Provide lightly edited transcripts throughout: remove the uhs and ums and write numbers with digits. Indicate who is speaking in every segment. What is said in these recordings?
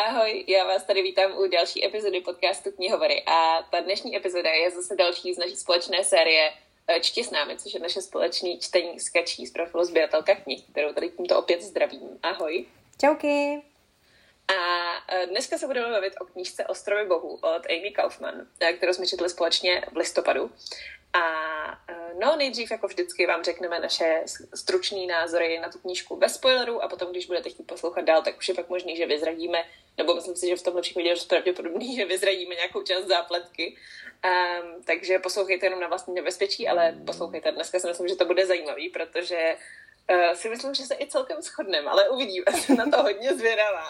Speaker 1: Ahoj, já vás tady vítám u další epizody podcastu Knihovory a ta dnešní epizoda je zase další z naší společné série Čti s námi, což je naše společné čtení s Kačí z profilu Sběratelka knih, kterou tady tímto opět zdravím. Ahoj.
Speaker 2: Čauky.
Speaker 1: A dneska se budeme bavit o knížce Ostrovy bohů od Amy Kaufman, kterou jsme četli společně v listopadu. A nejdřív jako vždycky vám řekneme naše stručné názory na tu knížku bez spoilerů a potom, když budete chtít poslouchat dál, tak už je pak možný, že vyzradíme, nebo myslím si, že v tomhle případě je pravděpodobný, že vyzradíme nějakou část zápletky. Takže poslouchejte jenom na vlastní nebezpečí, ale poslouchejte. Dneska si myslím, že to bude zajímavý, protože si myslím, že se i celkem shodneme, ale uvidíme, jsem na to hodně zvědavá.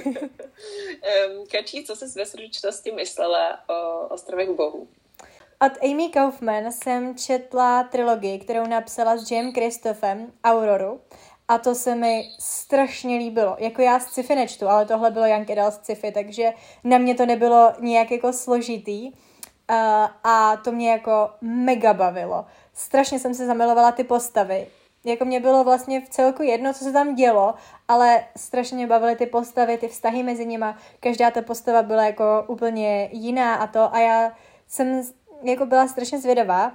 Speaker 1: Kačí, co jsi ve stručnosti myslela o Ostrovech bohů?
Speaker 2: Od Amy Kaufman jsem četla trilogii, kterou napsala s Jayem Kristofem, Auroru, a to se mi strašně líbilo. Jako já sci-fi nečtu, ale tohle bylo young adult sci-fi, takže na mě to nebylo nějak jako složitý a to mě jako mega bavilo. Strašně jsem se zamilovala ty postavy. Jako mě bylo vlastně v celku jedno, co se tam dělo, ale strašně mě bavily ty postavy, ty vztahy mezi nima. Každá ta postava byla jako úplně jiná a já jsem jako byla strašně zvědavá,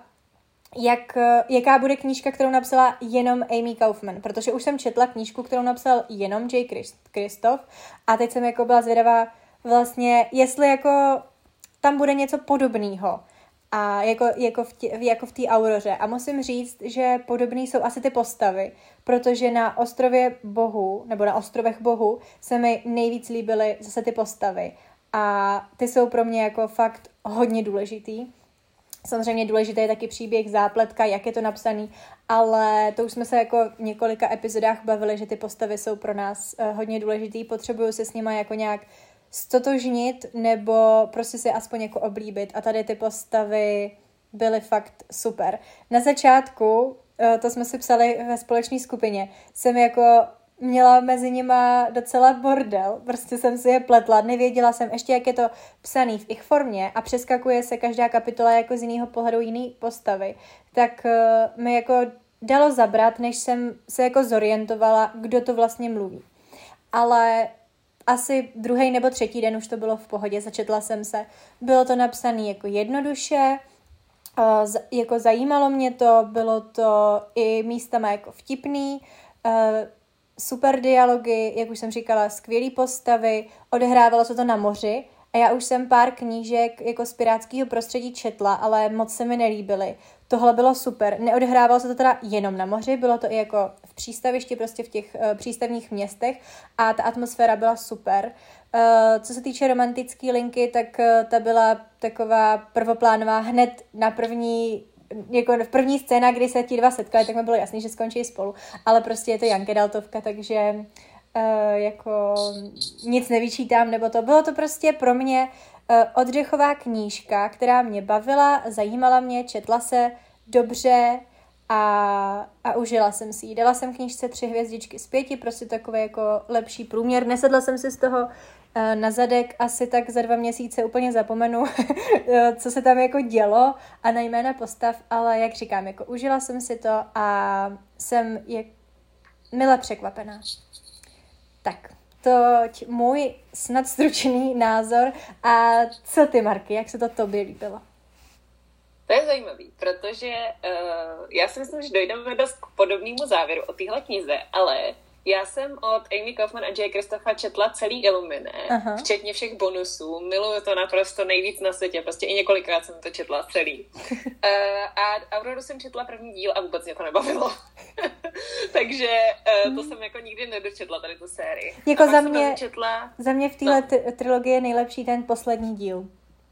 Speaker 2: jaká bude knížka, kterou napsala jenom Amy Kaufman, protože už jsem četla knížku, kterou napsal jenom Jay Kristof a teď jsem jako byla zvědavá vlastně, jestli jako tam bude něco podobného a jako v té Auroře. A musím říct, že podobný jsou asi ty postavy, protože na ostrově bohu, nebo na ostrovech bohu se mi nejvíc líbily zase ty postavy. A ty jsou pro mě jako fakt hodně důležitý. Samozřejmě důležitý je taky příběh, zápletka, jak je to napsaný, ale to už jsme se jako v několika epizodách bavili, že ty postavy jsou pro nás hodně důležitý. Potřebuju se s nima jako nějak stotožnit nebo prostě si aspoň jako oblíbit. A tady ty postavy byly fakt super. Na začátku, to jsme si psali ve společné skupině, jsem jako měla mezi nima docela bordel, prostě jsem si je pletla, nevěděla jsem ještě, jak je to psaný v ich formě a přeskakuje se každá kapitola jako z jiného pohledu jiný postavy, tak mi jako dalo zabrat, než jsem se jako zorientovala, kdo to vlastně mluví. Ale asi druhý nebo třetí den už to bylo v pohodě, začetla jsem se. Bylo to napsané jako jednoduše, jako zajímalo mě to, bylo to i místama jako vtipný, super dialogy, jak už jsem říkala, skvělý postavy, odehrávalo se to na moři a já už jsem pár knížek jako z pirátského prostředí četla, ale moc se mi nelíbily. Tohle bylo super. Neodehrávalo se to teda jenom na moři, bylo to i jako v přístavišti, prostě v těch přístavních městech a ta atmosféra byla super. Co se týče romantické linky, tak ta byla taková prvoplánová hned na jako v první scéna, kdy se ti dva setkali, tak mi bylo jasný, že skončí spolu, ale prostě je to young adultovka, takže jako nic nevyčítám, nebo to. Bylo to prostě pro mě oddechová knížka, která mě bavila, zajímala mě, četla se dobře a užila jsem si ji. Dala jsem knížce 3 hvězdičky z 5, prostě takový jako lepší průměr. Nesedla jsem si z toho na zadek, asi tak za 2 měsíce úplně zapomenu, co se tam jako dělo a na jména postav, ale jak říkám, jako užila jsem si to a jsem mile překvapená. Tak, to můj snad stručný názor. A co ty, Marky, jak se to tobě líbilo?
Speaker 1: To je zajímavý, protože já si myslím, že dojdeme dost k podobnému závěru o téhle knize, ale já jsem od Amy Kaufman a Jay Kristofa četla celý Illuminé, včetně všech bonusů. Miluju to naprosto nejvíc na světě, prostě i několikrát jsem to četla celý. A Auroru jsem četla první díl a vůbec mě to nebavilo. Takže to jsem jako nikdy nedočetla tady tu sérii.
Speaker 2: Jako za mě v téhle trilogii je nejlepší ten poslední díl.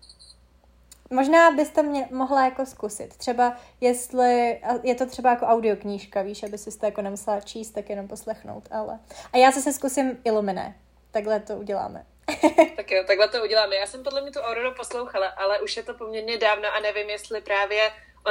Speaker 2: Možná byste mě mohla jako zkusit. Třeba jestli je to třeba jako audioknížka, víš, aby si to jako nemusela číst, tak jenom poslechnout, ale. A já zase zkusím Illuminé. Takhle to uděláme.
Speaker 1: Tak jo, takhle to uděláme. Já jsem podle mě tu Auroru poslouchala, ale už je to poměrně dávno a nevím, jestli právě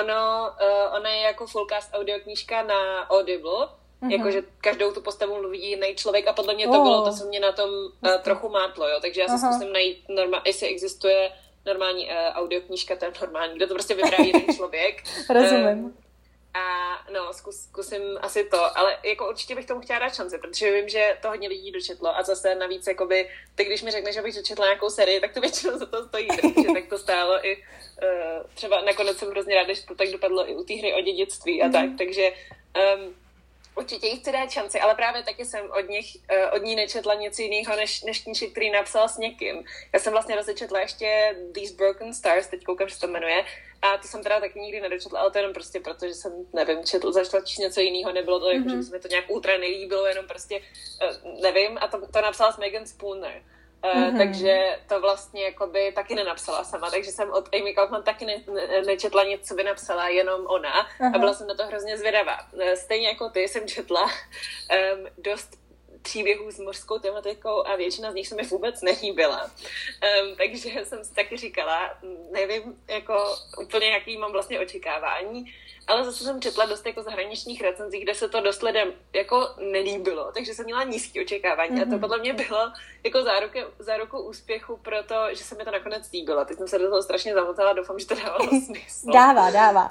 Speaker 1: ona je jako fullcast audioknížka na Audible, jakože každou tu postavu mluví jiný člověk a podle mě to bylo to, co mě na tom trochu mátlo, jo, takže já se zkusím najít jestli existuje normální audioknížka, to je normální, kde to prostě vypráví jeden člověk.
Speaker 2: Rozumím.
Speaker 1: A no, zkusím asi to, ale jako určitě bych tomu chtěla dát šanci, protože vím, že to hodně lidí dočetlo a zase navíc jakoby, ty když mi řekneš, že bych dočetla nějakou sérii, tak to většinou za to stojí, protože tak to stálo i třeba nakonec jsem hrozně ráda, že to tak dopadlo i u té hry o dědictví a tak, takže určitě jí chci dát šanci, ale právě taky jsem od ní nečetla něco jiného, než knížky, který napsala s někým. Já jsem vlastně rozečetla ještě These Broken Stars, teď koukám, že se to jmenuje, a to jsem teda taky nikdy nedočetla, ale to jenom prostě proto, že jsem, nevím, začala číst něco jiného, nebylo to jako, že se mi to nějak ultra nelíbilo, jenom prostě, nevím, a to napsala s Megan Spooner. Takže to vlastně jakoby taky nenapsala sama, takže jsem od Amy Kaufman taky nečetla nic, co by napsala jenom ona a byla jsem na to hrozně zvědavá. Stejně jako ty jsem četla dost příběhů s mořskou tematikou a většina z nich se mi vůbec nelíbila. Takže jsem si taky říkala, nevím jako úplně jaký mám vlastně očekávání, ale zase jsem četla dost jako zahraničních recenzí, kde se to dost lidem jako nelíbilo, takže jsem měla nízké očekávání a to podle mě bylo jako záruku úspěchu, protože se mi to nakonec líbilo. Teď jsem se do toho strašně zamotala, doufám, že to dávalo smysl.
Speaker 2: Dává.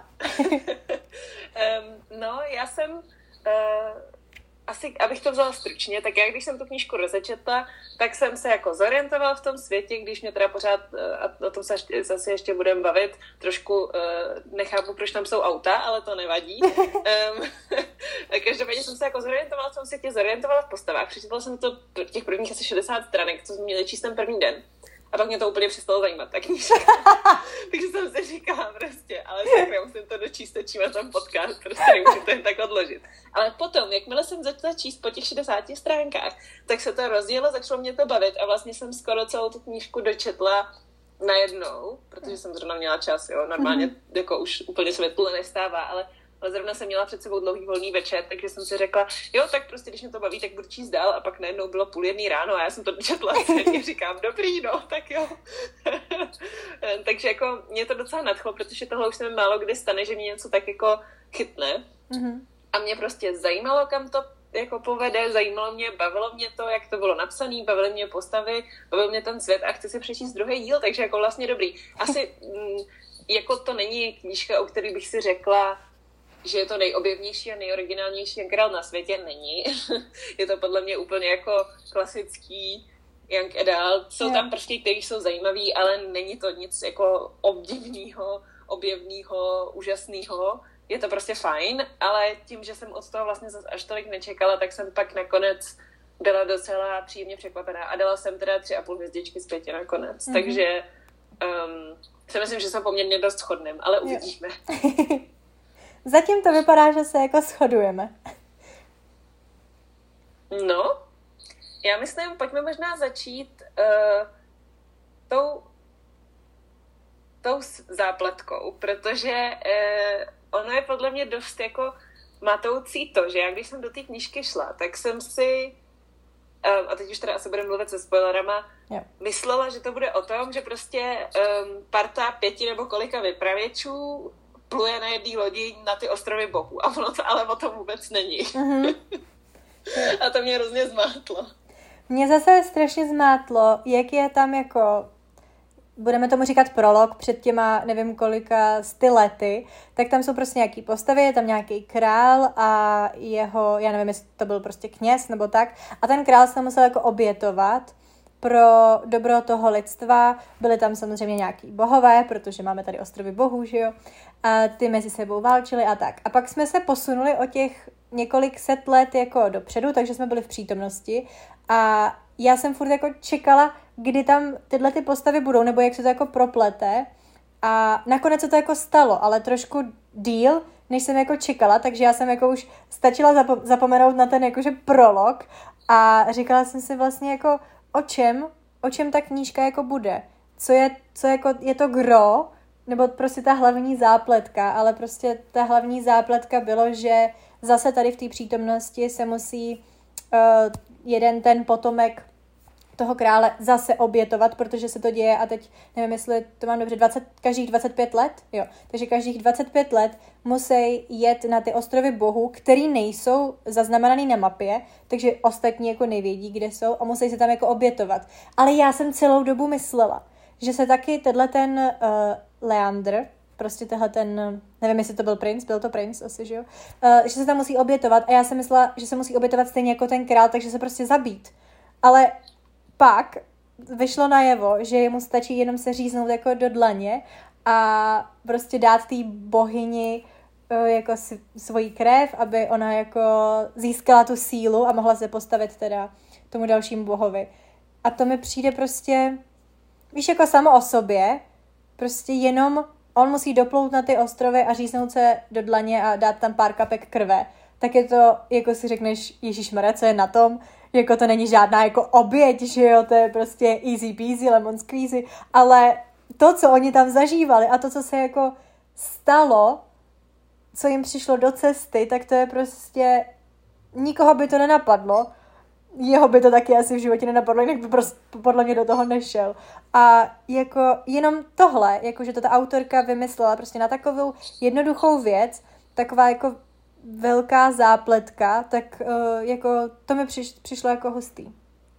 Speaker 1: No, já jsem asi, abych to vzala stručně, tak já, když jsem tu knížku rozečetla, tak jsem se jako zorientovala v tom světě, když mě teda pořád, a o tom se zase ještě budeme bavit, trošku nechápu, proč tam jsou auta, ale to nevadí. Každopádně jsem se jako zorientovala v tom světě, zorientovala v postavách. Přečetla jsem to těch prvních asi 60 stranek, co jsme měli číst ten první den. A pak mě to úplně přestalo zajímat, ta knížka. Takže jsem si říkala prostě, ale sakra, musím to dočíst, točíme tam podcast, prostě nemůžu to jen tak odložit. Ale potom, jakmile jsem začala číst po těch 60 stránkách, tak se to rozjelo, začalo mě to bavit a vlastně jsem skoro celou tu knížku dočetla najednou, protože jsem zrovna měla čas, jo, normálně jako už úplně světlo nestává, ale zrovna jsem měla před sebou dlouhý volný večer, takže jsem si řekla, jo, tak prostě, když mě to baví, tak budu číst dál a pak najednou bylo 12:30 ráno a já jsem to dočetla a říkám, dobrý, no, tak jo. Takže jako mě to docela nadchlo, protože tohle už se mi málo kdy stane, že mě něco tak jako chytne. A mě prostě zajímalo, kam to jako povede, zajímalo mě, bavilo mě to, jak to bylo napsané, bavily mě postavy, bavil mě ten svět a chci si přečíst druhý díl, takže jako vlastně dobrý. Asi jako to není knížka, o které bych si řekla, že je to nejobjevnější a nejoriginálnější young adult na světě, není. Je to podle mě úplně jako klasický young adult. Jsou tam prvky, které jsou zajímavý, ale není to nic jako obdivného, objevného, úžasného. Je to prostě fajn, ale tím, že jsem od toho vlastně až tolik nečekala, tak jsem pak nakonec byla docela příjemně překvapená a dala jsem teda 3,5 hvězdičky z 5 nakonec. Takže si myslím, že se poměrně dost shodneme, ale uvidíme.
Speaker 2: Zatím to vypadá, že se jako shodujeme.
Speaker 1: No, já myslím, pojďme možná začít tou zápletkou, protože ono je podle mě dost jako matoucí to, že já když jsem do té knížky šla, tak jsem si, a teď už teda asi budeme mluvit se spoilerama, myslela, že to bude o tom, že prostě parta 5 nebo kolika vypravěčů pluje na jedné lodi na ty ostrovy bohů. A ono to ale o tom vůbec není. A to mě hrozně zmátlo.
Speaker 2: Mě zase strašně zmátlo, jak je tam jako, budeme tomu říkat prolog, před těma nevím kolika lety, tak tam jsou prostě nějaký postavy, je tam nějaký král a jeho, já nevím, jestli to byl prostě kněz nebo tak, a ten král se musel jako obětovat pro dobro toho lidstva. Byly tam samozřejmě nějaký bohové, protože máme tady ostrovy bohů, že jo? A ty mezi sebou válčili a tak. A pak jsme se posunuli o těch několik set let jako dopředu, takže jsme byli v přítomnosti a já jsem furt jako čekala, kdy tam tyhle ty postavy budou, nebo jak se to jako proplete. A nakonec se to jako stalo, ale trošku díl, než jsem jako čekala, takže já jsem jako už stačila zapomenout na ten jakože prolog a říkala jsem si vlastně jako o čem ta knížka jako bude. Co jako je to gro, nebo prostě ta hlavní zápletka, ale prostě ta hlavní zápletka bylo, že zase tady v té přítomnosti se musí jeden ten potomek toho krále zase obětovat, protože se to děje a teď nevím, jestli to mám dobře, každých 25 let, jo. Takže každých 25 let musí jet na ty ostrovy bohů, který nejsou zaznamenaný na mapě, takže ostatní jako nevědí, kde jsou a musí se tam jako obětovat. Ale já jsem celou dobu myslela, že se taky tenhle ten Leander, prostě tehle ten, nevím, jestli to byl princ, byl to princ asi, že jo, že se tam musí obětovat a já jsem myslela, že se musí obětovat stejně jako ten král, takže se prostě zabít. Ale pak vyšlo najevo, že jemu stačí jenom se říznout jako do dlaně a prostě dát té bohyni jako svoji krev, aby ona jako získala tu sílu a mohla se postavit teda tomu dalšímu bohovi. A to mi přijde prostě, víš, jako samo o sobě, prostě jenom on musí doplout na ty ostrovy a říznout se do dlaně a dát tam pár kapek krve. Tak je to, jako si řekneš, ježišmarja, co je na tom, jako to není žádná jako oběť, že jo, to je prostě easy peasy, lemon squeezy, ale to, co oni tam zažívali a to, co se jako stalo, co jim přišlo do cesty, tak to je prostě, nikoho by to nenapadlo, jeho by to taky asi v životě nenapadlo, jinak by prostě podle mě do toho nešel. A jako jenom tohle, jakože to ta autorka vymyslela prostě na takovou jednoduchou věc, taková jako velká zápletka, tak jako to mi přišlo jako hustý.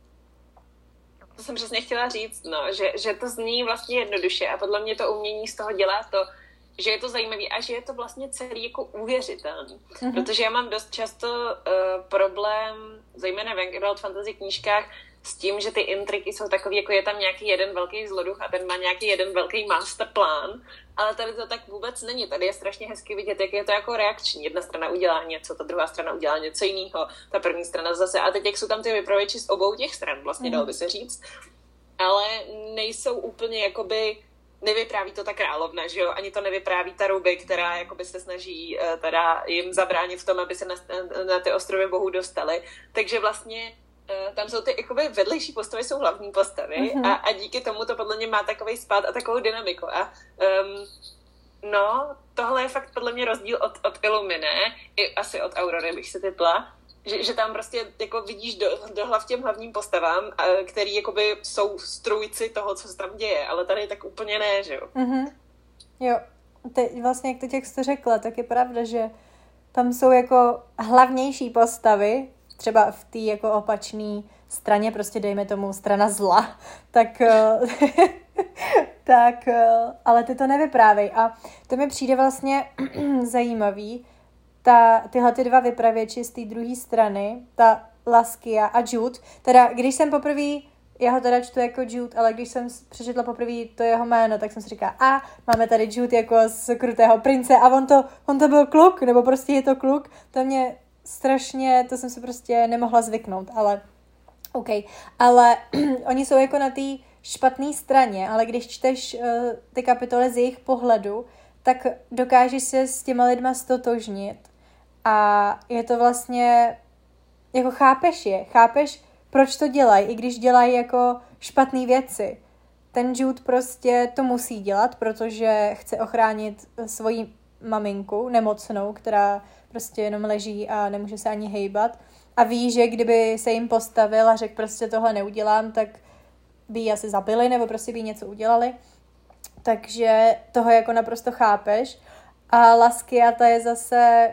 Speaker 1: To jsem přesně chtěla říct, no, že to zní vlastně jednoduše a podle mě to umění z toho dělá to, že je to zajímavý a že je to vlastně celý jako uvěřitelný. Mm-hmm. Protože já mám dost často problém, zejména v Young Adult fantasy knížkách, s tím, že ty intriky jsou takový, jako je tam nějaký jeden velký zloduch a ten má nějaký jeden velký masterplán, ale tady to tak vůbec není. Tady je strašně hezky vidět, jak je to jako reakční. Jedna strana udělá něco, ta druhá strana udělá něco jiného, ta první strana zase. A teď jak jsou tam ty vypravěči z obou těch stran, vlastně dalo by se říct. Ale nejsou úplně jakoby, nevypráví to ta královna, že jo? Ani to nevypráví ta Ruby, která jakoby se snaží teda jim zabránit v tom, aby se na ty ostrovy bohů dostali. Takže vlastně tam jsou ty jakoby vedlejší postavy, jsou hlavní postavy a díky tomu to podle mě má takovej spád a takovou dynamiku. A no, tohle je fakt podle mě rozdíl od Illumine, i asi od Aurory bych se typla, že tam prostě jako vidíš do hlav těm hlavním postavám, který jakoby jsou strůjci toho, co se tam děje, ale tady tak úplně ne, že jo? Mm-hmm.
Speaker 2: Jo, vlastně jak teď jak jsi to řekla, tak je pravda, že tam jsou jako hlavnější postavy, třeba v té jako opačné straně, prostě dejme tomu strana zla, tak ale ty to nevyprávej. A to mi přijde vlastně zajímavý, tyhle ty dva vypravěči z té druhé strany, ta Laskia a Jude, teda když jsem poprvé, já ho teda čtu jako Jude, ale když jsem přečetla poprvé to jeho jméno, tak jsem si říkala, máme tady Jude jako z Krutého prince a on to byl kluk, nebo prostě je to kluk, to mě strašně, to jsem si prostě nemohla zvyknout, ale OK. Ale oni jsou jako na té špatné straně, ale když čteš ty kapitoly z jejich pohledu, tak dokážeš se s těma lidma stotožnit. A je to vlastně, jako chápeš, proč to dělají, i když dělají jako špatné věci. Ten Jude prostě to musí dělat, protože chce ochránit svoji maminku nemocnou, která prostě jenom leží a nemůže se ani hejbat. A ví, že kdyby se jim postavil a řekl prostě tohle neudělám, tak by ji asi zabili nebo prostě by něco udělali. Takže toho jako chápeš. A Laskia, ta je zase,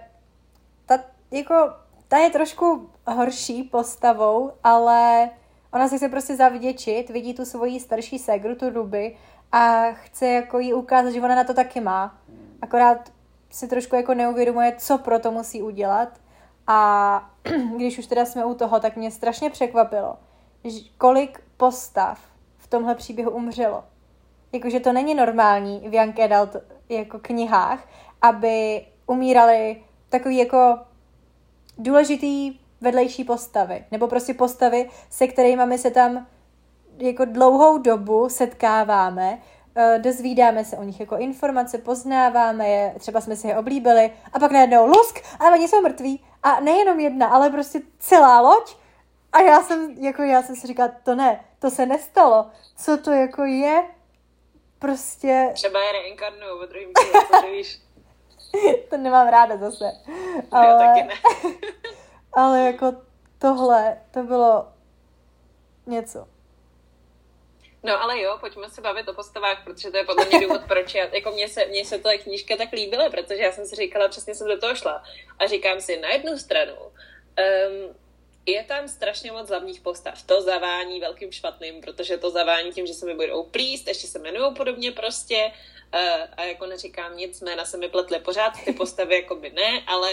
Speaker 2: ta je trošku horší postavou, ale ona se chce prostě zavděčit, vidí tu svoji starší ségru, tu Ruby, a chce jako jí ukázat, že ona na to taky má. Akorát si trošku jako neuvědomuje, co pro to musí udělat. A když už teda jsme u toho, tak mě strašně překvapilo, kolik postav v tomhle příběhu umřelo. Jakože to není normální v Young Adult jako knihách, aby umírali takový jako důležitý vedlejší postavy. Nebo prostě postavy, se kterými my se tam jako dlouhou dobu setkáváme, dozvídáme se o nich jako informace, poznáváme je, třeba jsme si je oblíbili a pak najednou lusk a oni jsou mrtví. A nejenom jedna, ale prostě celá loď. A já jsem si říkala, to se nestalo. Co to jako je? Prostě...
Speaker 1: Třeba je reinkarnuju ve druhým díle, víš.
Speaker 2: To nemám ráda zase.
Speaker 1: Ale... Já taky ne.
Speaker 2: Ale jako tohle, to bylo něco.
Speaker 1: No ale jo, pojďme se bavit o postavách, protože to je podle mě důvod, proč jako mně se ta knížka tak líbila, protože já jsem si říkala, přesně jsem do toho šla a říkám si, na jednu stranu je tam strašně moc hlavních postav. To zavání velkým špatným, protože to zavání tím, že se mi budou plíst, ještě se jmenujou podobně prostě, a jako neříkám nic, jména se mi pletly pořád, ty postavy jako by ne, ale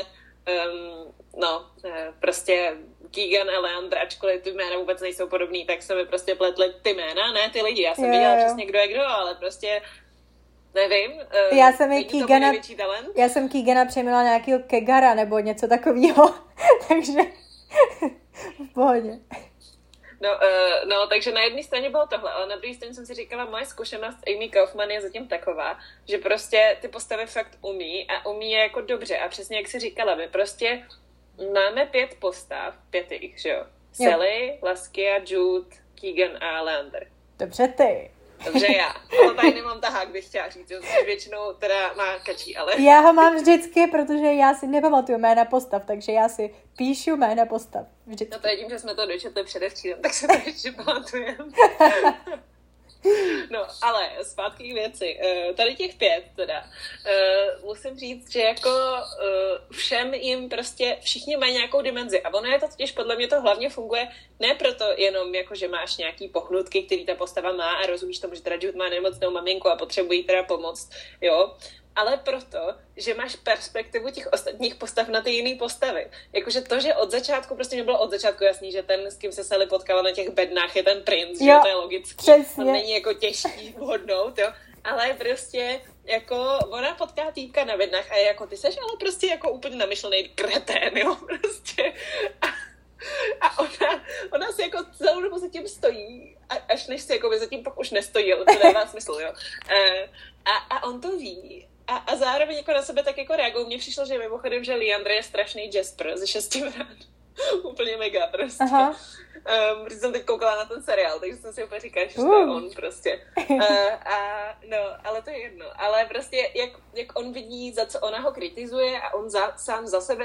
Speaker 1: prostě Keegan a Leandra, ačkoliv ty jména vůbec nejsou podobný, tak se mi prostě pletly ty jména, ne ty lidi. Já jsem viděla přesně kdo je kdo, ale prostě nevím.
Speaker 2: Já jsem Keegana přejmenovala nějakého Kegara nebo něco takového, takže v pohodě.
Speaker 1: Takže na jedné straně bylo tohle, ale na druhé straně jsem si říkala, moje zkušenost Amy Kaufman je zatím taková, že prostě ty postavy fakt umí je jako dobře a přesně jak jsi říkala, my prostě máme 5 postav, 5 jich, že jo? Sally, Laskia, Jude, Keegan a Leander.
Speaker 2: Dobře ty.
Speaker 1: Dobře já. Ale tady nemám tahák, bych chtěla říct, že většinou teda má kačí, ale...
Speaker 2: Já ho mám vždycky, protože já si nepamatuju jména postav, takže já si píšu jména postav. Vždycky.
Speaker 1: No to je tím, že jsme to dočetli předevčírem, tak se to ještě pamatujeme. No, ale zpátky k věci. Tady těch 5 teda. Musím říct, že jako všem jim prostě všichni mají nějakou dimenzi. A ono je to totiž podle mě to hlavně funguje ne proto jenom jako, že máš nějaký pochnutky, který ta postava má a rozumíš tomu, že teda Jude má nemocnou maminku a potřebují teda pomoct, jo. Ale proto, že máš perspektivu těch ostatních postav na ty jiné postavy. Jakože to, že od začátku, prostě mě bylo od začátku jasný, že ten, s kým se Sally potkala na těch bednách, je ten princ, že to je logický.
Speaker 2: Přesně.
Speaker 1: On není jako těžký vhodnout, jo. Ale prostě jako ona potká týpka na bednách a je jako, ty seš ale prostě jako úplně namyšlený kretén, jo, prostě. A ona si jako celou dobu za tím stojí, až než si jako za tím pak už nestojí, ale to dává smysl, jo. A on to ví. A zároveň jako na sebe tak jako reagují. Mně přišlo, že mimochodem, že Leandra je strašný Jasper ze 6 vrán. Úplně mega prostě. Protože jsem teď koukala na ten seriál, takže jsem si úplně říkala, že to je on prostě. Ale to je jedno. Ale prostě jak on vidí, za co ona ho kritizuje a on sám za sebe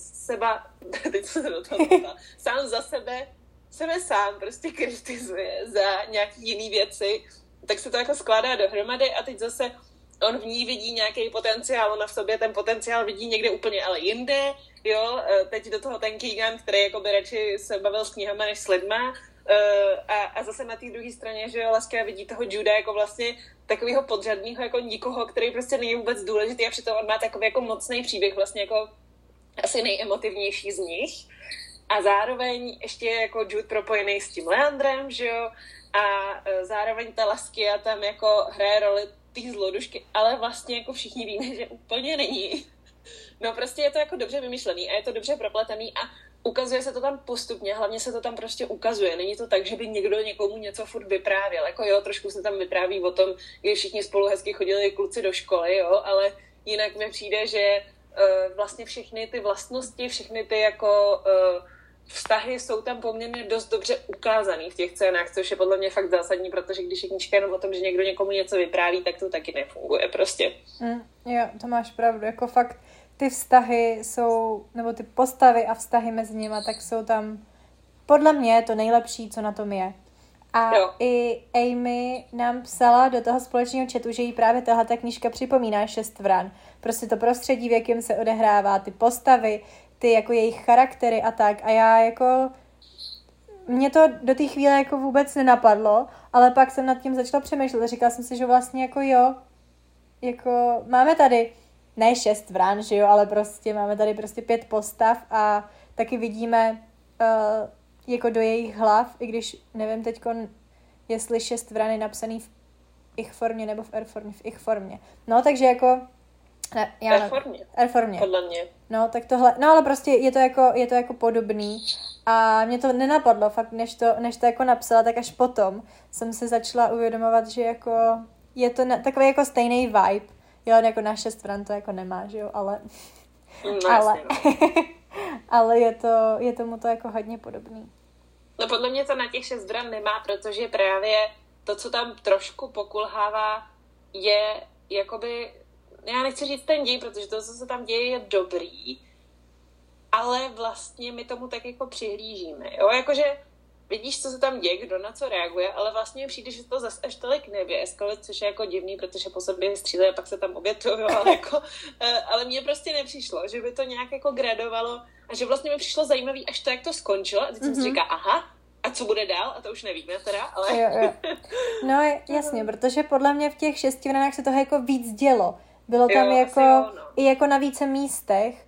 Speaker 1: teď se do toho sám za sebe sám prostě kritizuje za nějaký jiný věci, tak se to jako skládá dohromady a teď zase on v ní vidí nějaký potenciál, ona v sobě ten potenciál vidí někde úplně ale jinde, jo, teď do toho ten Keegan, který jako by radši se bavil s knihama než s lidma, a zase na té druhé straně, že jo, Laskia vidí toho Juda jako vlastně takového podřadného jako nikoho, který prostě není vůbec důležitý a přitom on má takový jako mocný příběh, vlastně jako asi nejemotivnější z nich a zároveň ještě je jako Jude propojený s tím Leandrem, že jo, a zároveň ta Laskia tam jako hraje roli ty zlodušky, ale vlastně jako všichni víme, že úplně není. No prostě je to jako dobře vymyšlený a je to dobře propletený a ukazuje se to tam postupně, hlavně se to tam prostě ukazuje. Není to tak, že by někdo někomu něco furt vyprávěl. Jako jo, trošku se tam vypráví o tom, kdy všichni spolu hezky chodili kluci do školy, jo, ale jinak mi přijde, že vlastně všechny ty vlastnosti, všechny ty jako vztahy jsou tam poměrně dost dobře ukázaný v těch scénách, což je podle mě fakt zásadní, protože když je knížka jenom o tom, že někdo někomu něco vypráví, tak to taky nefunguje prostě.
Speaker 2: Jo, to máš pravdu, jako fakt ty vztahy jsou, nebo ty postavy a vztahy mezi nimi, tak jsou tam podle mě to nejlepší, co na tom je. A i Amy nám psala do toho společného chatu, že jí právě tahle knížka připomíná 6 vran. Prostě to prostředí, v jakém se odehrává, ty postavy, ty jako jejich charaktery a tak. A já jako... Mě to do té chvíle jako vůbec nenapadlo, ale pak jsem nad tím začala přemýšlet. Říkala jsem si, že vlastně jako jo, jako máme tady ne 6 vran, že jo, ale prostě máme tady prostě 5 postav a taky vidíme jako do jejich hlav, i když nevím teďkon, jestli 6 vran je napsaný v ich formě nebo v R formě, v ich formě. No, takže jako R formě.
Speaker 1: Podle mě.
Speaker 2: No, tak tohle, no ale prostě je to jako podobný a mě to nenapadlo, fakt než to jako napsala, tak až potom jsem se začala uvědomovat, že jako je to takový jako stejný vibe, jo, jako na 6 vran to jako nemá, že jo, ale ale je tomu to jako hodně podobný.
Speaker 1: No podle mě to na těch 6 vran nemá, protože právě to, co tam trošku pokulhává, je jakoby, já nechci říct ten děj, protože to, co se tam děje, je dobrý, ale vlastně my tomu tak jako přihlížíme, jo, jakože vidíš, co se tam děje, kdo na co reaguje, ale vlastně přijde, že to zase až tolik nevyeskaluje, což je jako divný, protože po sobě střílejí a pak se tam obětují, ale mně prostě nepřišlo, že by to nějak jako gradovalo a že vlastně mi přišlo zajímavý až to, jak to skončilo a teď jsem si říká, aha, A co bude dál? A to už nevíme teda, ale...
Speaker 2: Jo. No jasně, protože podle mě v těch 6 vranách se toho jako víc dělo. Bylo tam i jako na více místech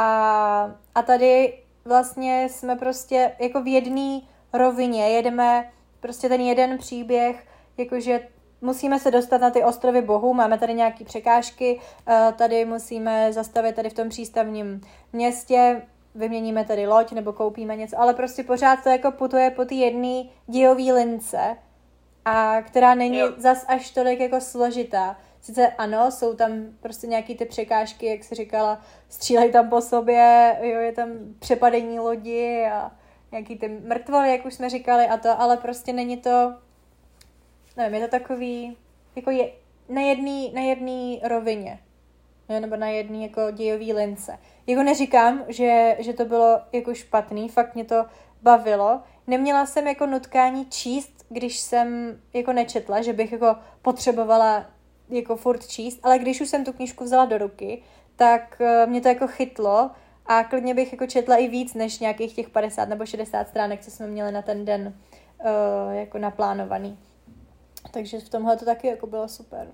Speaker 2: a tady vlastně jsme prostě jako v jedné rovině, jedeme prostě ten jeden příběh, jakože musíme se dostat na ty ostrovy bohů, máme tady nějaké překážky, tady musíme zastavit tady v tom přístavním městě, vyměníme tady loď nebo koupíme něco, ale prostě pořád to jako putuje po té jedné dějové lince, a která není zas až tolik jako složitá. Sice ano, jsou tam prostě nějaký ty překážky, jak jsi říkala, střílejí tam po sobě, jo, je tam přepadení lodi a nějaký ty mrtvoly, jak už jsme říkali a to, ale prostě není to, nevím, je to takový, jako je na jedné rovině, jo, nebo na jedné jako dějový lince. Jako neříkám, že to bylo jako špatný, fakt mě to bavilo. Neměla jsem jako nutkání číst, když jsem jako nečetla, že bych jako potřebovala jako furt číst, ale když už jsem tu knížku vzala do ruky, tak mě to jako chytlo a klidně bych jako četla i víc než nějakých těch 50 nebo 60 stránek, co jsme měli na ten den jako naplánovaný. Takže v tomhle to taky jako bylo super.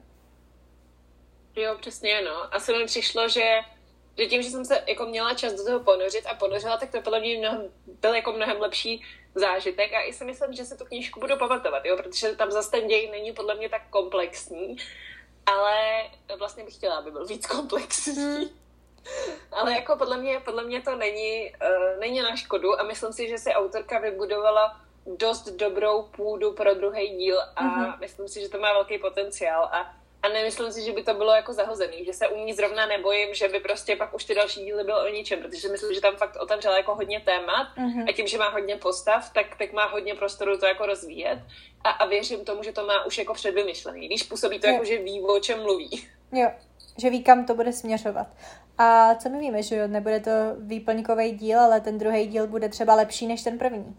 Speaker 1: Jo, přesně, no. Asi mi přišlo, že tím, že jsem se jako měla čas do toho ponořit a ponořila, tak to podle mě byl jako mnohem lepší zážitek a i si myslím, že se tu knížku budu pamatovat, jo, protože tam zase ten děj není podle mě tak komplexní, ale vlastně bych chtěla, aby byl víc komplexní. Ale jako podle mě to není na škodu a myslím si, že si autorka vybudovala dost dobrou půdu pro druhý díl a myslím si, že to má velký potenciál a nemyslím si, že by to bylo jako zahozený, že se u ní zrovna nebojím, že by prostě pak už ty další díly bylo o ničem, protože myslím, že tam fakt otevřela jako hodně témat a tím, že má hodně postav, tak má hodně prostoru to jako rozvíjet a věřím tomu, že to má už jako předvymyšlený, když působí to jako, že ví, o čem mluví.
Speaker 2: Jo, že ví, kam to bude směřovat. A co my víme, že jo, nebude to výplňkový díl, ale ten druhý díl bude třeba lepší než ten první.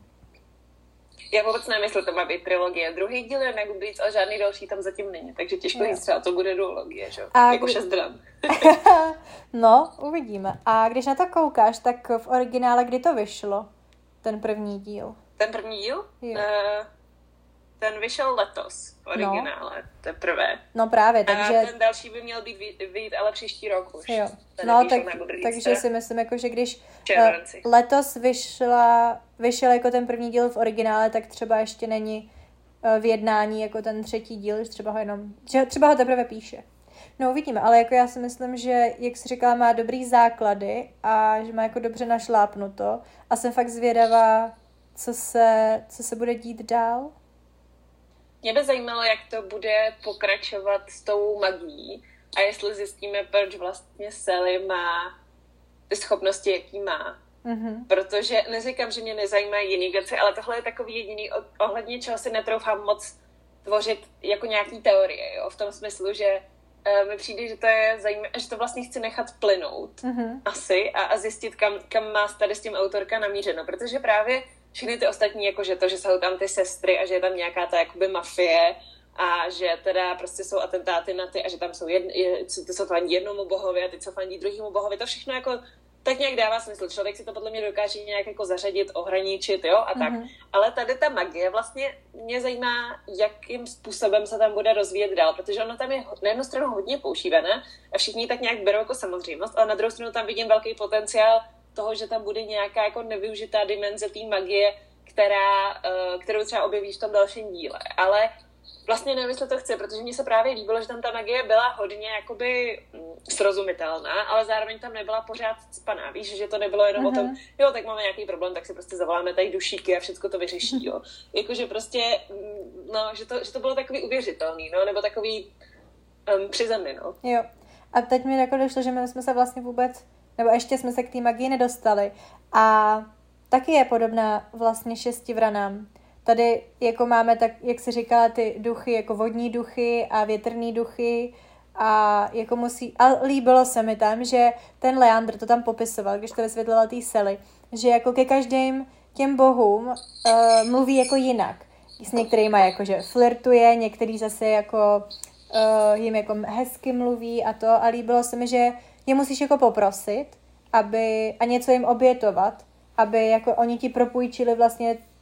Speaker 1: Já vůbec nemyslím, to má být trilogie. Druhý díl je na Goodreads, ale žádný další tam zatím není, takže těžko říct, třeba to bude duologie, že? Jako 6 dram.
Speaker 2: No, uvidíme. A když na to koukáš, tak v originále kdy to vyšlo? Ten první díl.
Speaker 1: Ten první díl? Ten vyšel letos v originále, teprve.
Speaker 2: No právě, takže...
Speaker 1: A ten další by měl být ale příští rok už.
Speaker 2: Jo. No, takže si myslím, jako, že když letos vyšel jako ten první díl v originále, tak třeba ještě není v jednání jako ten třetí díl, že třeba ho teprve píše. No uvidíme, ale jako já si myslím, že, jak jsi říkala, má dobrý základy a že má jako dobře našlápnuto a jsem fakt zvědavá, co se bude dít dál.
Speaker 1: Mě by zajímalo, jak to bude pokračovat s tou magií a jestli zjistíme, proč vlastně Sally má ty schopnosti, jaký má. Protože neříkám, že mě nezajímají jiný věci, ale tohle je takový jediný, ohledně čeho si netroufám moc tvořit jako nějaký teorie, jo? V tom smyslu, že mi přijde, že to je zajímavé, že to vlastně chci nechat plynout asi a zjistit, kam má tady s tím autorka namířeno, protože právě všechny ty ostatní, jakože to, že jsou tam ty sestry a že je tam nějaká ta jakoby mafie a že teda prostě jsou atentáty na ty a že tam jsou ty, co fandí jednomu bohovi a ty, co fandí druhému bohovi, to všechno jako tak nějak dává smysl. Člověk si to podle mě dokáže nějak jako zařadit, ohraničit, jo, a tak. Ale tady ta magie vlastně mě zajímá, jakým způsobem se tam bude rozvíjet dál, protože ono tam je na jednu stranu hodně používané a všichni tak nějak berou jako samozřejmost, ale na druhou stranu tam vidím velký potenciál toho, že tam bude nějaká jako nevyužitá dimenze té magie, kterou třeba objevíš v tom dalším díle. Ale vlastně nevím, jestli to chci, protože mně se právě líbilo, že tam ta magie byla hodně jakoby srozumitelná, ale zároveň tam nebyla pořád cpaná. Víš, že to nebylo jenom o tom, jo, tak máme nějaký problém, tak si prostě zavoláme tady dušíky a všechno to vyřeší, jo. Jakože prostě, no, že to bylo takový uvěřitelný, no, nebo takový při zemi, no.
Speaker 2: Jo. A teď mi jako došlo, že my jsme se vlastně vůbec, nebo ještě jsme se k té magii nedostali. A taky je podobná vlastně 6 vranám. Tady jako máme, tak jak jsi říkala, ty duchy, jako vodní duchy a větrný duchy a jako a líbilo se mi tam, že ten Leandr to tam popisoval, když to vysvětloval tý Sally, že jako ke každým těm bohům mluví jako jinak. S některýma jakože flirtuje, některý zase jako jim jako hezky mluví a to a líbilo se mi, že je musíš jako poprosit, a něco jim obětovat, aby jako oni ti propůjčili vlastně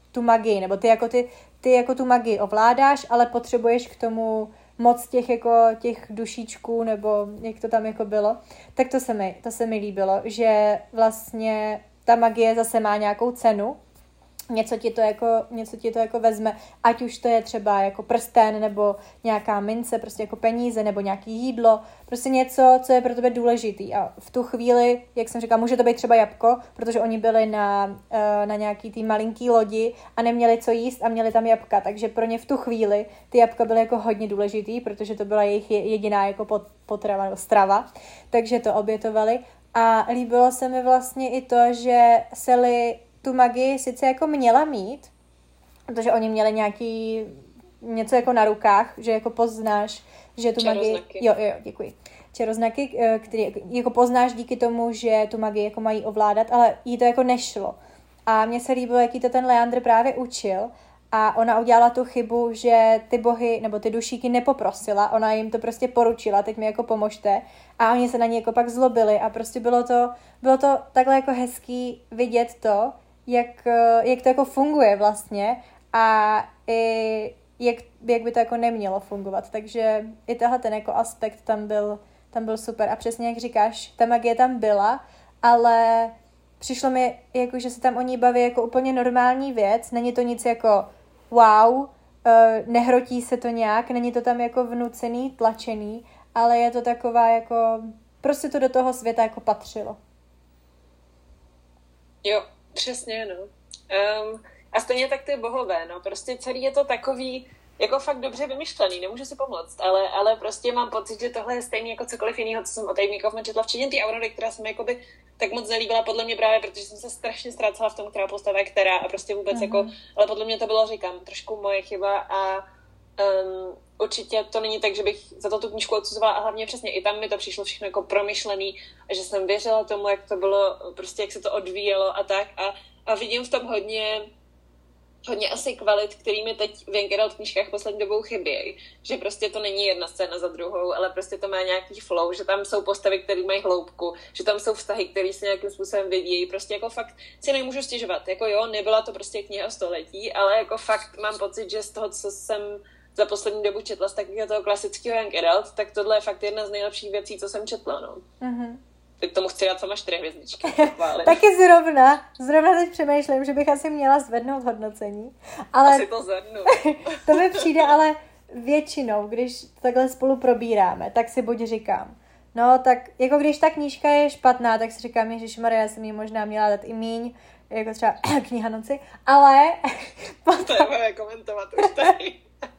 Speaker 2: tu magii, nebo ty jako tu magii ovládáš, ale potřebuješ k tomu moc těch dušičků, nebo jak to tam jako bylo, tak to se mi líbilo, že vlastně ta magie zase má nějakou cenu, něco ti to jako vezme, ať už to je třeba jako prsten, nebo nějaká mince, prostě jako peníze, nebo nějaký jídlo, prostě něco, co je pro tebe důležitý. A v tu chvíli, jak jsem říkala, může to být třeba jabko, protože oni byli na nějaký tý malinký lodi a neměli co jíst a měli tam jabka, takže pro ně v tu chvíli ty jabka byly jako hodně důležitý, protože to byla jejich jediná jako potrava nebo strava, takže to obětovali. A líbilo se mi vlastně i to, že Sally tu magii sice jako měla mít, protože oni měli něco jako na rukách, že jako poznáš, že tu magii... Jo, děkuji. Čaroznaky, který jako poznáš díky tomu, že tu magii jako mají ovládat, ale jí to jako nešlo. A mně se líbilo, jaký to ten Leandr právě učil a ona udělala tu chybu, že ty bohy nebo ty dušíky nepoprosila, ona jim to prostě poručila, teď mi jako pomožte a oni se na ní jako pak zlobili a prostě bylo to takhle jako hezký vidět to, jak to jako funguje vlastně a i jak by to jako nemělo fungovat. Takže i tahle ten jako aspekt tam byl super. A přesně jak říkáš, ta magie tam byla, ale přišlo mi, jako, že se tam o ní baví jako úplně normální věc. Není to nic jako wow, nehrotí se to nějak, není to tam jako vnucený, tlačený, ale je to taková jako, prostě to do toho světa jako patřilo.
Speaker 1: Jo, přesně, no. A stejně tak ty bohové, no. Prostě celý je to takový, jako fakt dobře vymyšlený, nemůžu si pomoct, ale prostě mám pocit, že tohle je stejný jako cokoliv jiného, co jsem od Amy Kaufman četla, včetně té Aurory, která se mi jakoby tak moc nelíbila, podle mě právě, protože jsem se strašně ztrácela v tom, která postava je která a prostě vůbec jako, ale podle mě to bylo, říkám, trošku moje chyba a určitě to není tak, že bych za to tu knížku odsuzovala a hlavně přesně i tam mi to přišlo všechno jako promyšlený a že jsem věřila tomu, jak to bylo, prostě jak se to odvíjelo a tak a vidím v tom hodně asi kvalit, kterými teď v Young Adult knížkách poslední dobou chybějí. Že prostě to není jedna scéna za druhou, ale prostě to má nějaký flow, že tam jsou postavy, které mají hloubku, že tam jsou vztahy, které se nějakým způsobem vyvíjí. Prostě jako fakt si nemůžu stěžovat. Jako jo, nebyla to prostě kniha století, ale jako fakt mám pocit, že z toho, co jsem za poslední dobu četla z takového toho klasického Young Adult, tak tohle je fakt jedna z nejlepších věcí, co jsem četla, no. Mm-hmm. Teď tomu chci dát sama 4 hvězdičky.
Speaker 2: Taky zrovna teď přemýšlím, že bych asi měla zvednout hodnocení. Ale
Speaker 1: asi to zvednu.
Speaker 2: To mi přijde ale většinou, když takhle spolu probíráme, tak si buď říkám, no tak jako když ta knížka je špatná, tak si říkám, ježišmarja, já jsem jí možná měla dát i míň, jako třeba kniha noci, ale...
Speaker 1: To je komentovat už tady.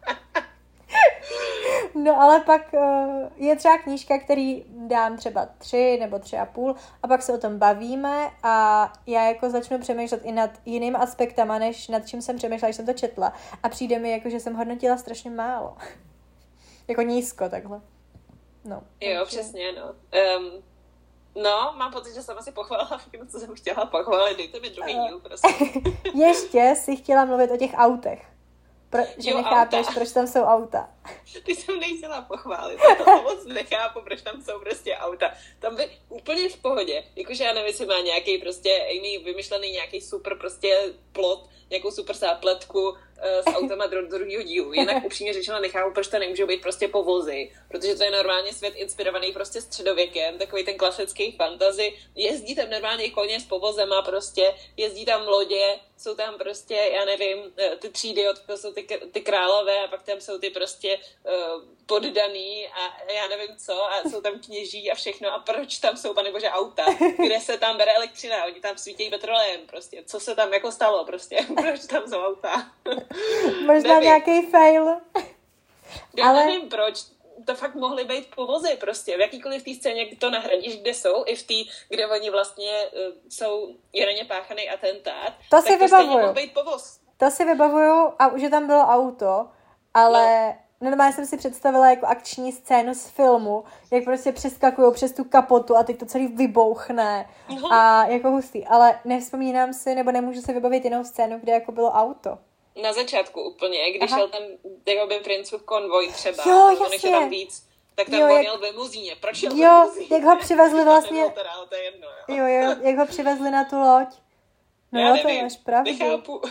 Speaker 2: No ale pak je třeba knížka, který dám třeba 3 nebo 3,5 a pak se o tom bavíme a já jako začnu přemýšlet i nad jinými aspektama, než nad čím jsem přemýšlela, když jsem to četla a přijde mi jako, že jsem hodnotila strašně málo. Jako nízko takhle. No.
Speaker 1: Jo, přesně, no. No, mám pocit, že jsem asi pochválila všechno, co jsem chtěla pochválit. Dejte mi druhý díl, prosím.
Speaker 2: Ještě si chtěla mluvit o těch autech. Že nechápeš, proč tam jsou auta.
Speaker 1: Ty jsem nechtěla pochválit, to moc nechápu, proč tam jsou prostě auta. Tam by úplně v pohodě, jakože já nevím, jestli má nějaký prostě Amy vymyšlený nějaký super prostě plot, nějakou super zápletku s autama do druhého dílu. Jinak upřímně řečeno nechápu, proč to nemůže být prostě povozy, protože to je normálně svět inspirovaný prostě středověkem, takový ten klasický fantasy. Jezdí tam normálně koně s povozema prostě, jezdí tam lodě, jsou tam prostě, já nevím, ty třídy, to jsou ty králové a pak tam jsou ty prostě poddaný a já nevím co a jsou tam kněží a všechno a proč tam jsou, panebože, auta, kde se tam bere elektřina, oni tam svítí petrolem prostě, co se tam jako stalo prostě, proč tam jsou auta.
Speaker 2: Možná nějaký fail.
Speaker 1: Já nevím proč, to fakt mohly být povozy prostě, v jakýkoliv té scéně to nahradíš, kde jsou, i v té, kde oni vlastně je na ně páchaný atentát,
Speaker 2: to si vybavuju.
Speaker 1: Mohl být povoz.
Speaker 2: To si vybavuju a už tam bylo auto, ale normálně jsem si představila jako akční scénu z filmu, jak prostě přeskakujou přes tu kapotu a teď to celý vybouchne a jako hustý, ale nevzpomínám si, nebo nemůžu si vybavit jinou scénu, kde jako bylo auto.
Speaker 1: Na začátku úplně, když šel ten jakoby princův konvoj třeba, než je tam víc, tak tam on jel v limuzíně. Proč jel v limuzíně?
Speaker 2: Jak ho přivezli vlastně...
Speaker 1: Teda, ale to je jedno,
Speaker 2: jo, jak ho přivezli na tu loď. No
Speaker 1: já nevím,
Speaker 2: to máš pravdu.
Speaker 1: nechápu.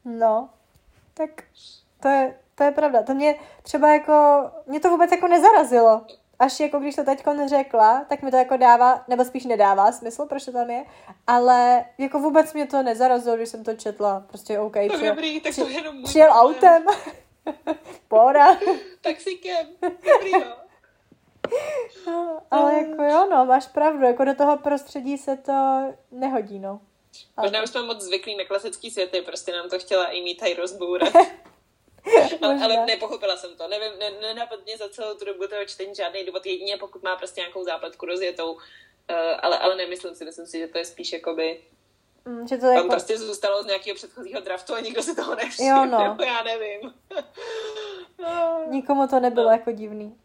Speaker 2: No, tak to je pravda. To mě třeba jako, mě to vůbec jako nezarazilo. Až jako když to teďko neřekla, tak mi to jako dává, nebo spíš nedává smysl, proč to tam je, ale jako vůbec mě to nezarazilo, když jsem to četla. Prostě OK, přijel autem. Pohoda.
Speaker 1: Taxíkem. Dobrý, no.
Speaker 2: No, ale jako jo, no, máš pravdu, jako do toho prostředí se to nehodí, no.
Speaker 1: Možná už jsme moc zvyklí na klasický světy, prostě nám to chtěla Amy Ty rozbourat. ale nepochopila jsem to. Nevím, nenapadně za celou tu dobu toho čtení žádný důvod, jedině pokud má prostě nějakou zápletku rozjetou, ale nemyslím si, myslím si, že to je spíš jakoby
Speaker 2: že to
Speaker 1: tam
Speaker 2: jako...
Speaker 1: prostě zůstalo z nějakého předchozího draftu a nikdo si toho nevšiml,
Speaker 2: jo, no.
Speaker 1: nebo já nevím.
Speaker 2: Nikomu to nebylo jako divný.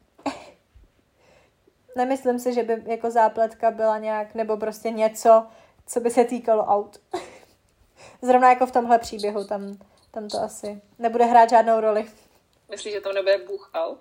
Speaker 2: Nemyslím si, že by jako zápletka byla nějak, nebo prostě něco, co by se týkalo aut. Zrovna jako v tomhle příběhu, tam to asi nebude hrát žádnou roli.
Speaker 1: Myslíš, že tam nebude bůh aut?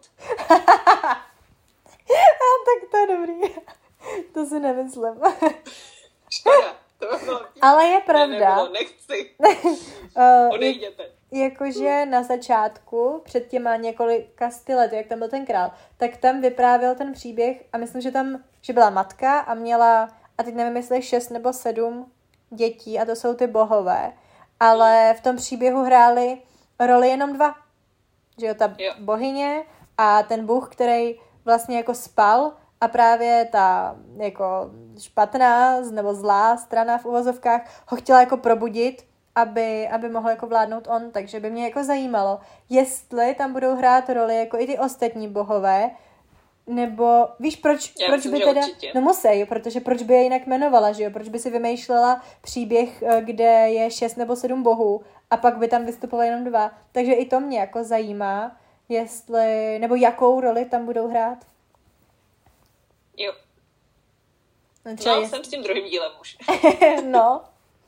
Speaker 2: Tak to je dobrý. To si nemyslím.
Speaker 1: Škoda. To bylo
Speaker 2: ale je pravda.
Speaker 1: Nebylo, nechci. Odejděte.
Speaker 2: Jakože na začátku, před těma několika lety, jak tam byl ten král, tak tam vyprávěl ten příběh a myslím, že byla matka a měla, a teď nevím, jestli 6 nebo 7 dětí a to jsou ty bohové, ale v tom příběhu hráli roli jenom 2. Že jo, ta bohyně a ten bůh, který vlastně jako spal a právě ta jako špatná nebo zlá strana v uvozovkách ho chtěla jako probudit, aby mohl jako vládnout on, takže by mě jako zajímalo, jestli tam budou hrát roli jako i ty ostatní bohové, nebo víš, proč by teda, určitě. No musí, protože proč by je jinak jmenovala, že jo, proč by si vymýšlela příběh, kde je 6 nebo 7 bohů a pak by tam vystupovali jenom 2, takže i to mě jako zajímá, jestli, nebo jakou roli tam budou hrát.
Speaker 1: Jo. Jsem s tím druhým dílem už.
Speaker 2: No.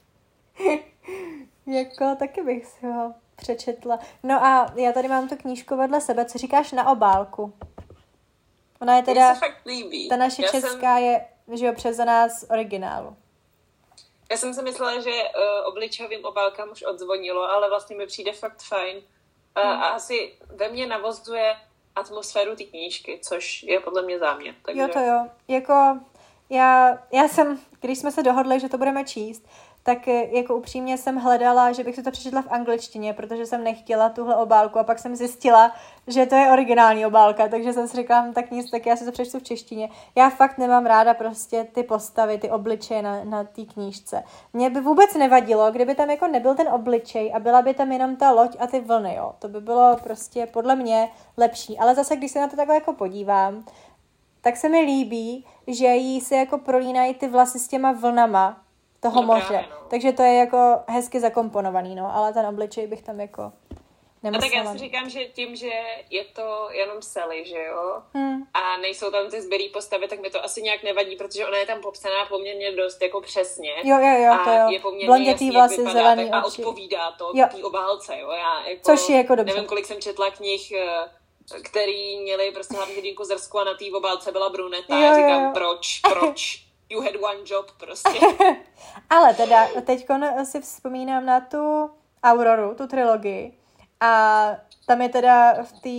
Speaker 2: Jako taky bych si ho přečetla. No a já tady mám tu knížku vedle sebe. Co říkáš na obálku? Ona je teda...
Speaker 1: Mně se fakt líbí.
Speaker 2: Ta naše česká je, že jo, převzaná z originálu.
Speaker 1: Já jsem si myslela, že obličejovým obálkám už odzvonilo, ale vlastně mi přijde fakt fajn. A asi ve mně navozuje atmosféru ty knížky, což je podle mě záměr. Takže...
Speaker 2: Jo, to jo. Jako já jsem, když jsme se dohodli, že to budeme číst, tak jako upřímně jsem hledala, že bych si to přečetla v angličtině, protože jsem nechtěla tuhle obálku a pak jsem zjistila, že to je originální obálka, takže jsem si říkala, tak nic, tak já si to přečtu v češtině. Já fakt nemám ráda prostě ty postavy, ty obličeje na té knížce. Mně by vůbec nevadilo, kdyby tam jako nebyl ten obličej a byla by tam jenom ta loď a ty vlny, jo. To by bylo prostě podle mě lepší. Ale zase, když se na to takhle jako podívám, tak se mi líbí, že jí se jako prolínají ty vlasy s těma vlnama toho moře. Právě, no. Takže to je jako hezky zakomponovaný, no, ale ten obličej bych tam jako nemusela.
Speaker 1: A tak já si říkám, že tím, že je to jenom Sally, že jo? A nejsou tam ty zbylý postavy, tak mi to asi nějak nevadí, protože ona je tam popsaná poměrně dost jako přesně.
Speaker 2: Jo, to jo.
Speaker 1: A je poměrně jasný, jak vypadá,
Speaker 2: zelený
Speaker 1: a
Speaker 2: oči.
Speaker 1: Odpovídá to té obálce, jo? Já jako,
Speaker 2: což je jako dobře.
Speaker 1: Nevím, kolik jsem četla knih, který měli prostě hlavně hrdinku Zersku a na té obálce byla bruneta. Já říkám, proč? You had one job prostě.
Speaker 2: Ale teda, teďko si vzpomínám na tu Auroru, tu trilogii. A tam je teda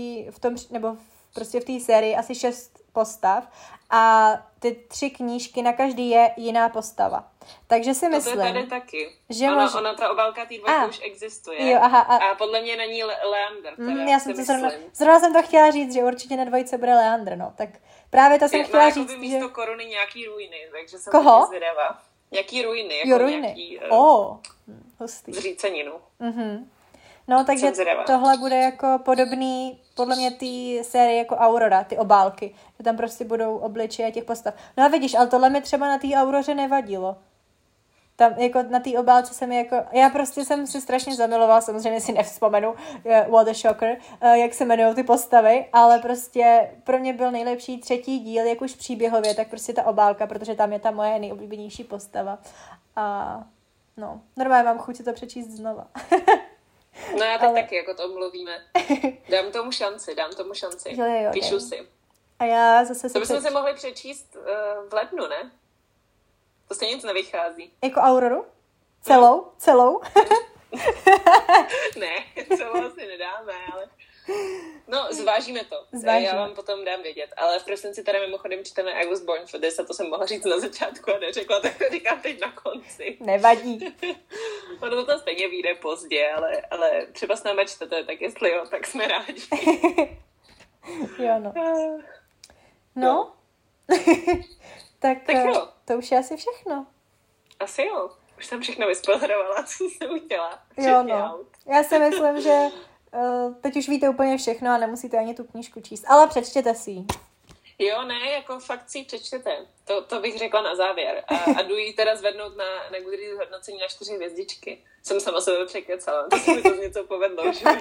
Speaker 2: v té sérii asi 6 postav. A ty 3 knížky, na každý je jiná postava. Takže si myslím...
Speaker 1: To je tady taky.
Speaker 2: Že
Speaker 1: ona ta obálka té dvojky už existuje.
Speaker 2: Jo, aha,
Speaker 1: a podle mě není Leander.
Speaker 2: Já jsem to zrovna jsem to chtěla říct, že určitě na dvojce bude Leander, no. Tak právě to jsem chtěla říct, že...
Speaker 1: místo koruny nějaký ruiny, takže jsem
Speaker 2: Koho?
Speaker 1: zvědavá. Nějaký ruiny. Jako
Speaker 2: jo, ruiny.
Speaker 1: Nějaký,
Speaker 2: hustý.
Speaker 1: Zříceninu.
Speaker 2: No, takže tohle bude jako podobný, podle mě té série jako Aurora, ty obálky. Že tam prostě budou obličeje těch postav. No a vidíš, ale tohle mi třeba na té Auroře nevadilo. Tam jako na té obálce jsem jako... Já prostě jsem si strašně zamilovala, samozřejmě si nevzpomenu, what a shocker, jak se jmenují ty postavy, ale prostě pro mě byl nejlepší 3. díl, jak už příběhově, tak prostě ta obálka, protože tam je ta moje nejoblíbenější postava. A no, normálně mám chuť si to přečíst znova.
Speaker 1: No já tak taky, jako to mluvíme. Dám tomu šanci.
Speaker 2: Jo,
Speaker 1: Píšu si.
Speaker 2: A já zase
Speaker 1: to bychom si mohli přečíst v lednu, ne? To se nic nevychází.
Speaker 2: Jako Auroru? Celou?
Speaker 1: Ne, to vlastně nedáme, ale... No, zvážíme to.
Speaker 2: Zvážíme.
Speaker 1: Já vám potom dám vědět. Ale v prosinci teda mimochodem čteme I Was Born for This a to jsem mohla říct na začátku a neřekla, tak to říkám teď na konci.
Speaker 2: Nevadí.
Speaker 1: Ono to stejně vyjde pozdě, ale třeba s námi čtete, tak jestli jo, tak jsme rádi.
Speaker 2: Jo, no. No. tak
Speaker 1: jo.
Speaker 2: To už je asi všechno.
Speaker 1: Asi jo. Už jsem všechno vyspozorovala, co jsem chtěla.
Speaker 2: Jo, no. Já si myslím, že teď už víte úplně všechno a nemusíte ani tu knížku číst. Ale přečtěte si ji.
Speaker 1: Jo, ne, jako fakt si ji přečtěte. To bych řekla na závěr. A jdu ji teda zvednout na Goodreads hodnocení na 4 hvězdičky. Jsem sama sebe překecala. To se mi to z něco povedlo. Že?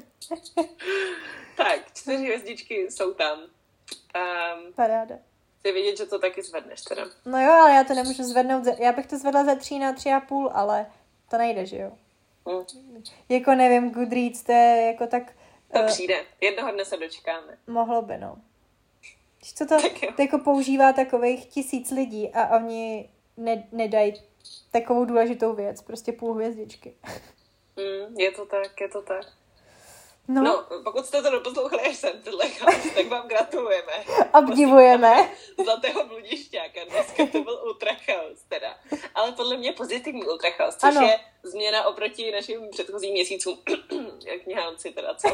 Speaker 1: Tak, 4 hvězdičky jsou tam.
Speaker 2: Paráda.
Speaker 1: Chci vidět, že to taky zvedneš teda.
Speaker 2: No jo, ale já to nemůžu zvednout. Já bych to zvedla ze 3 na 3,5, ale to nejde, že jo? Jako nevím, Goodreads, to je jako tak...
Speaker 1: To přijde. Jednoho dne se dočkáme.
Speaker 2: Mohlo by, no. Víš, co to jako používá takových 1000 lidí a oni nedají takovou důležitou věc, prostě 0,5 hvězdičky.
Speaker 1: Je to tak.
Speaker 2: No,
Speaker 1: pokud jste to doposlouchali až sem, tak vám gratulujeme.
Speaker 2: Obdivujeme.
Speaker 1: Zlatého bludišťáka. Dneska to byl ultrachaos teda. Ale podle mě pozitivní ultrachaos, což je změna oproti našim předchozím měsícům. Knihánci teda, co?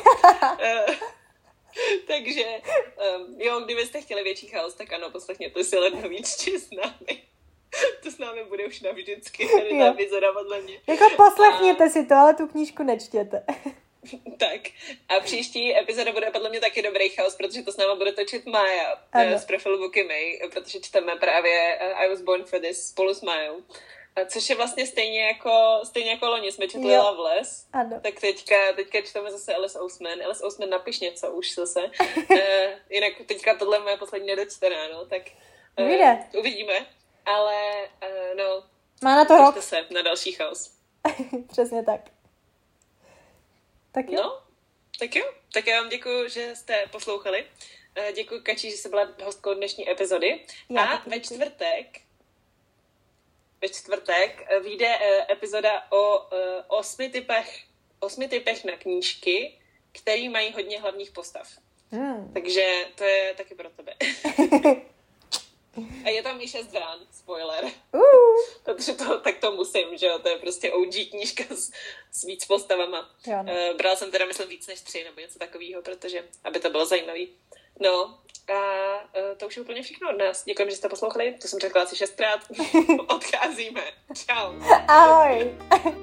Speaker 1: Takže jo, kdybyste chtěli větší chaos, tak ano, poslechněte si Ledno výčti s námi. To s námi bude už navždycky. Tady ta epizoda podle mě.
Speaker 2: Jako poslechněte si to, ale tu knížku nečtěte.
Speaker 1: Tak. A příští epizoda bude podle mě taky dobrý chaos, protože to s náma bude točit Mája z profilu Booky May, protože čteme právě I Was Born for This spolu s Májou. Což je vlastně stejně jako loni jsme četli Loveless.
Speaker 2: Ano.
Speaker 1: Tak teďka čteme zase Alice Oseman. Alice Oseman, napiš něco už zase. Jinak teďka tohle je moje poslední nedočtená, no, tak uvidíme. Ale no,
Speaker 2: má na to rok.
Speaker 1: Se na další chaos.
Speaker 2: Přesně tak. Tak jo.
Speaker 1: No, tak jo. Tak já vám děkuji, že jste poslouchali. Děkuji Kači, že jsi byla hostkou dnešní epizody. A ve čtvrtek vyjde epizoda o 8 typech na knížky, který mají hodně hlavních postav. Takže to je taky pro tebe. A je tam i 6 vrán, spoiler. Protože tak to musím, že jo, to je prostě OG knížka s víc postavama. Brala jsem teda, myslím, víc než 3 nebo něco takového, protože, aby to bylo zajímavý. No, a to už je úplně všechno od nás. Děkujeme, že jste poslouchali, to jsem řekla asi 6krát. Odcházíme. Čau.
Speaker 2: Ahoj.